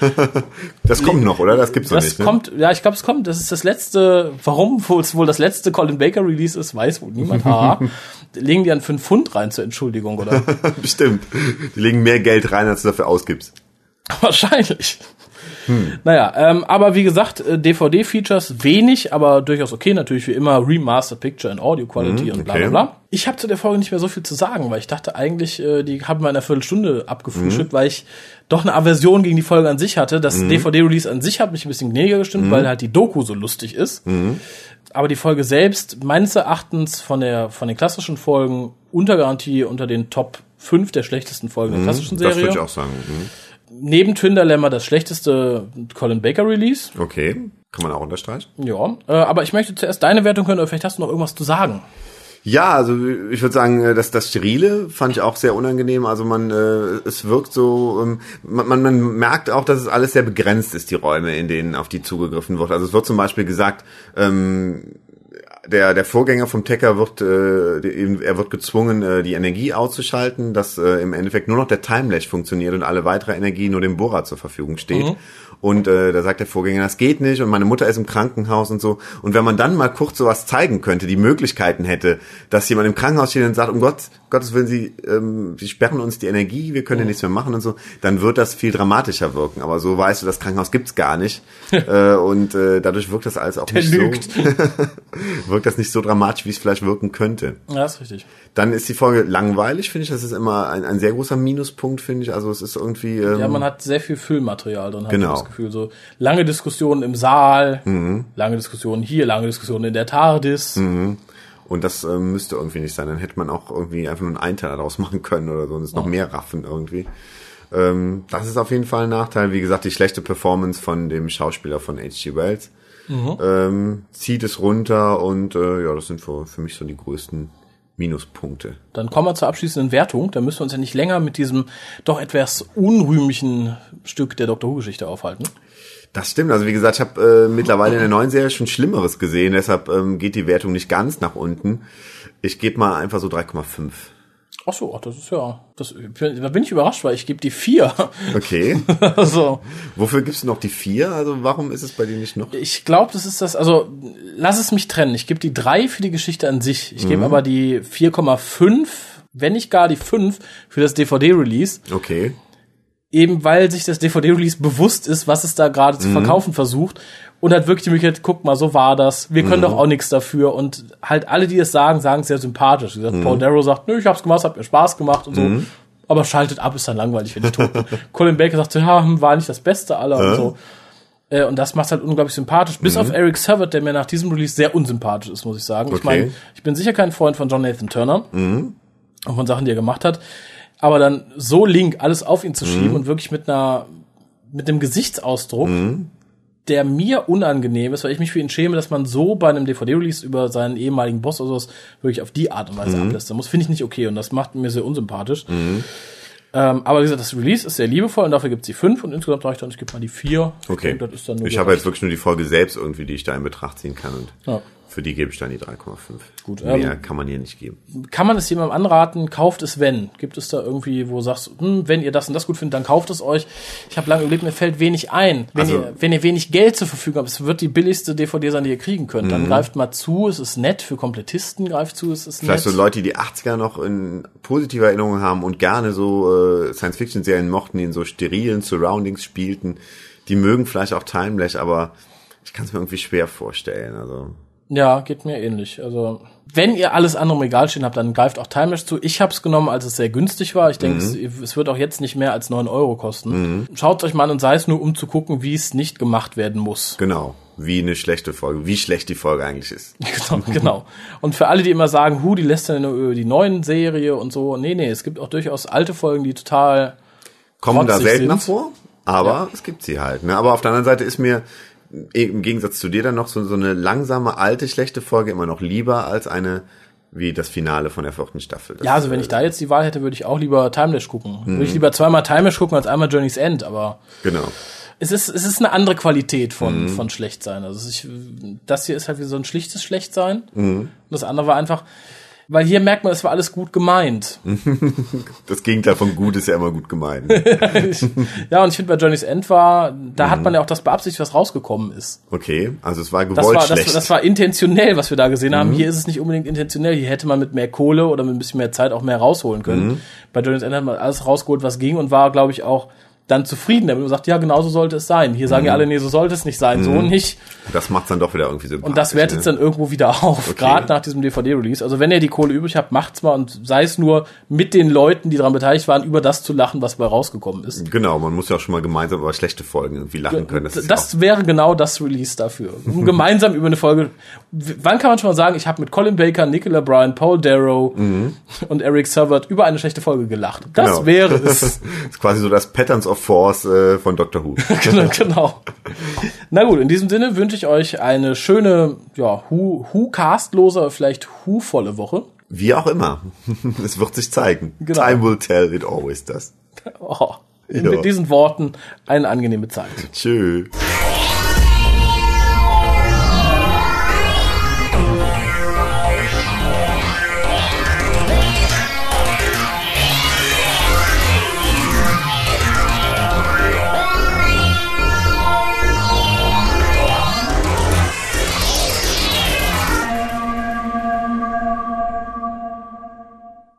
Das kommt noch, oder? Das gibt's noch Das nicht, ne? kommt, ja, ich glaube, es kommt. Das ist das letzte, warum wo es wohl das letzte Colin Baker Release ist, weiß wohl niemand. Haha. Legen die an fünf Pfund rein zur Entschuldigung, oder? Bestimmt. Die legen mehr Geld rein, als du dafür ausgibst. Wahrscheinlich. Naja, ähm, aber wie gesagt, äh, D V D-Features wenig, aber durchaus okay. Natürlich wie immer Remastered Picture and Audio Quality Mhm, und bla okay. bla bla. Ich habe zu der Folge nicht mehr so viel zu sagen, weil ich dachte eigentlich, äh, die haben wir in einer Viertelstunde abgefrühstückt, Mhm. weil ich doch eine Aversion gegen die Folge an sich hatte. Das D V D-Release an sich hat mich ein bisschen gnädiger gestimmt, Mhm. weil halt die Doku so lustig ist. Mhm. Aber die Folge selbst, meines Erachtens von der von den klassischen Folgen unter Garantie unter den Top fünf der schlechtesten Folgen der klassischen Das Serie. würde ich auch sagen. Mhm. Neben Twin Dilemma das schlechteste Colin Baker Release. Okay, kann man auch unterstreichen. Ja, äh, aber ich möchte zuerst deine Wertung hören, oder vielleicht hast du noch irgendwas zu sagen. Ja, also ich würde sagen, äh, dass das Sterile fand ich auch sehr unangenehm. Also man, äh, es wirkt so, ähm, man, man, man merkt auch, dass es alles sehr begrenzt ist, die Räume, in denen auf die zugegriffen wird. Also es wird zum Beispiel gesagt, ähm, der der Vorgänger vom Tecker wird, äh, eben, er wird gezwungen, äh, die Energie auszuschalten, dass äh, im Endeffekt nur noch der Timelash funktioniert und alle weitere Energie nur dem Bohrer zur Verfügung steht. Mhm. Und äh, da sagt der Vorgänger, das geht nicht und meine Mutter ist im Krankenhaus und so. Und wenn man dann mal kurz sowas zeigen könnte, die Möglichkeiten hätte, dass jemand im Krankenhaus steht und sagt, um Gott, Gottes Willen, Sie, ähm, Sie sperren uns die Energie, wir können ja nichts mehr machen und so, dann wird das viel dramatischer wirken. Aber so weißt du, das Krankenhaus gibt's gar nicht. äh, und äh, dadurch wirkt das alles auch Der nicht lügt. so wirkt das nicht so dramatisch, wie es vielleicht wirken könnte. Ja, ist richtig. Dann ist die Folge langweilig, finde ich. Das ist immer ein, ein sehr großer Minuspunkt, finde ich. Also es ist irgendwie... Ähm, Ja, man hat sehr viel Füllmaterial drin, habe Genau. ich das Gefühl. So lange Diskussionen im Saal, Mhm. lange Diskussionen hier, lange Diskussionen in der TARDIS. Mhm. Und das ähm, müsste irgendwie nicht sein. Dann hätte man auch irgendwie einfach nur einen Einteiler daraus machen können oder so und es noch mehr raffen irgendwie. Ähm, das ist auf jeden Fall ein Nachteil. Wie gesagt, die schlechte Performance von dem Schauspieler von H G Wells Mhm. ähm, zieht es runter und äh, ja, das sind für, für mich so die größten Minuspunkte. Dann kommen wir zur abschließenden Wertung. Da müssen wir uns ja nicht länger mit diesem doch etwas unrühmlichen Stück der Doctor Who-Geschichte aufhalten. Das stimmt. Also wie gesagt, ich habe äh, mittlerweile in der neuen Serie schon Schlimmeres gesehen. Deshalb ähm, geht die Wertung nicht ganz nach unten. Ich gebe mal einfach so drei Komma fünf. Ach so, ach, das ist ja, das, da bin ich überrascht, weil ich gebe die vier. Okay. Also, Wofür gibst du noch die vier? Also warum ist es bei dir nicht noch? ich glaube, das ist das, also lass es mich trennen. Ich gebe die drei für die Geschichte an sich. Ich Mhm. gebe aber die vier Komma fünf, wenn nicht gar die fünf für das D V D-Release. Okay. Eben weil sich das D V D-Release bewusst ist, was es da gerade zu verkaufen versucht und hat wirklich die Möglichkeit, guck mal, so war das. Wir können Mhm. doch auch nichts dafür. Und halt alle, die es sagen, sagen es sehr sympathisch. Wie gesagt, Paul Darrow sagt, nö, ich hab's gemacht, hat mir Spaß gemacht und so. Aber schaltet ab, ist dann langweilig, wenn ich tot bin. Colin Baker sagt so, ja, hm, war nicht das Beste aller und so. Äh, und das macht halt unglaublich sympathisch. Bis auf Eric Savard, der mir nach diesem Release sehr unsympathisch ist, muss ich sagen. Ich Okay. meine, ich bin sicher kein Freund von John Nathan Turner. Und von Sachen, die er gemacht hat. Aber dann so link alles auf ihn zu schieben und wirklich mit einer, mit einem Gesichtsausdruck, der mir unangenehm ist, weil ich mich für ihn schäme, dass man so bei einem D V D-Release über seinen ehemaligen Boss oder sowas wirklich auf die Art und Weise ablästern muss. Finde ich nicht okay und das macht mir sehr unsympathisch. Ähm, aber wie gesagt, das Release ist sehr liebevoll und dafür gibt's die fünf und insgesamt reicht dann, ich gebe mal die vier. Okay. Ich, denke, das ist dann nur Ich so habe recht. jetzt wirklich nur die Folge selbst irgendwie, die ich da in Betracht ziehen kann und Ja. für die gebe ich dann die drei Komma fünf. Gut, Mehr ähm, kann man hier nicht geben. Kann man es jemandem anraten, kauft es wenn? Gibt es da irgendwie, wo du sagst, hm, wenn ihr das und das gut findet, dann kauft es euch. Ich habe lange überlegt, mir fällt wenig ein. Wenn, Also- ihr, wenn ihr wenig Geld zur Verfügung habt, es wird die billigste D V D sein, die ihr kriegen könnt, dann greift mal zu, es ist nett, für Komplettisten greift zu, es ist Vielleicht nett. so Leute, die die achtziger noch in positive Erinnerungen haben und gerne so äh, Science-Fiction-Serien mochten, die in so sterilen Surroundings spielten, die mögen vielleicht auch Timelash, aber ich kann es mir irgendwie schwer vorstellen. Also Ja, geht mir ähnlich. Also, wenn ihr alles andere im Regal stehen habt, dann greift auch Timelash zu. Ich hab's genommen, als es sehr günstig war. Ich denke, mhm. es, es wird auch jetzt nicht mehr als neun Euro kosten. Mhm. Schaut's euch mal an und sei es nur, um zu gucken, wie es nicht gemacht werden muss. Genau. Wie eine schlechte Folge, wie schlecht die Folge eigentlich ist. Genau, genau. Und für alle, die immer sagen, hu, die lässt dann nur über die neuen Serie und so. Nee, nee, es gibt auch durchaus alte Folgen, die total kommen da seltener sind. vor, aber ja. es gibt sie halt. Ne? Aber auf der anderen Seite ist mir im Gegensatz zu dir dann noch so, so eine langsame, alte, schlechte Folge immer noch lieber als eine wie das Finale von der vierten Staffel. Das ja, also wenn ich da jetzt die Wahl hätte, würde ich auch lieber Timelash gucken. Mhm. Würde ich lieber zweimal Timelash gucken als einmal Journey's End, aber genau. Es ist, es ist eine andere Qualität von, mhm. von Schlechtsein. Also ich, das hier ist halt wie so ein schlichtes Schlechtsein. Mhm. Und das andere war einfach, weil hier merkt man, es war alles gut gemeint. Das Gegenteil von gut ist ja immer gut gemeint. Ja, und ich finde bei Journey's End war, da mhm. hat man ja auch das beabsichtigt, was rausgekommen ist. Okay, also es war gewollt das war, schlecht. Das, das war intentionell, was wir da gesehen mhm. haben. Hier ist es nicht unbedingt intentionell. Hier hätte man mit mehr Kohle oder mit ein bisschen mehr Zeit auch mehr rausholen können. Mhm. Bei Journey's End hat man alles rausgeholt, was ging und war, glaube ich, auch dann zufrieden damit und sagt, ja, genau so sollte es sein. Hier sagen mhm. ja alle, nee, so sollte es nicht sein, mhm. so nicht. Das macht's dann doch wieder irgendwie sympathisch. Und das wertet's ne? dann irgendwo wieder auf, okay. gerade nach diesem D V D-Release. Also wenn ihr die Kohle übrig habt, macht's mal und sei es nur mit den Leuten, die daran beteiligt waren, über das zu lachen, was bei rausgekommen ist. Genau, man muss ja auch schon mal gemeinsam über schlechte Folgen irgendwie lachen können. Das, das wäre genau das Release dafür. Um gemeinsam über eine Folge. Wann kann man schon mal sagen, ich habe mit Colin Baker, Nicola Bryant, Paul Darrow mhm. und Eric Servert über eine schlechte Folge gelacht. Das genau. wäre es. Das ist quasi so das Patterns of Force äh, von Doctor Who. genau, genau. Na gut, in diesem Sinne wünsche ich euch eine schöne, ja, Who-castlose, vielleicht Who-volle Woche. Wie auch immer. Es wird sich zeigen. Genau. Time will tell, it always does. Oh, ja. Mit diesen Worten eine angenehme Zeit. Tschüss.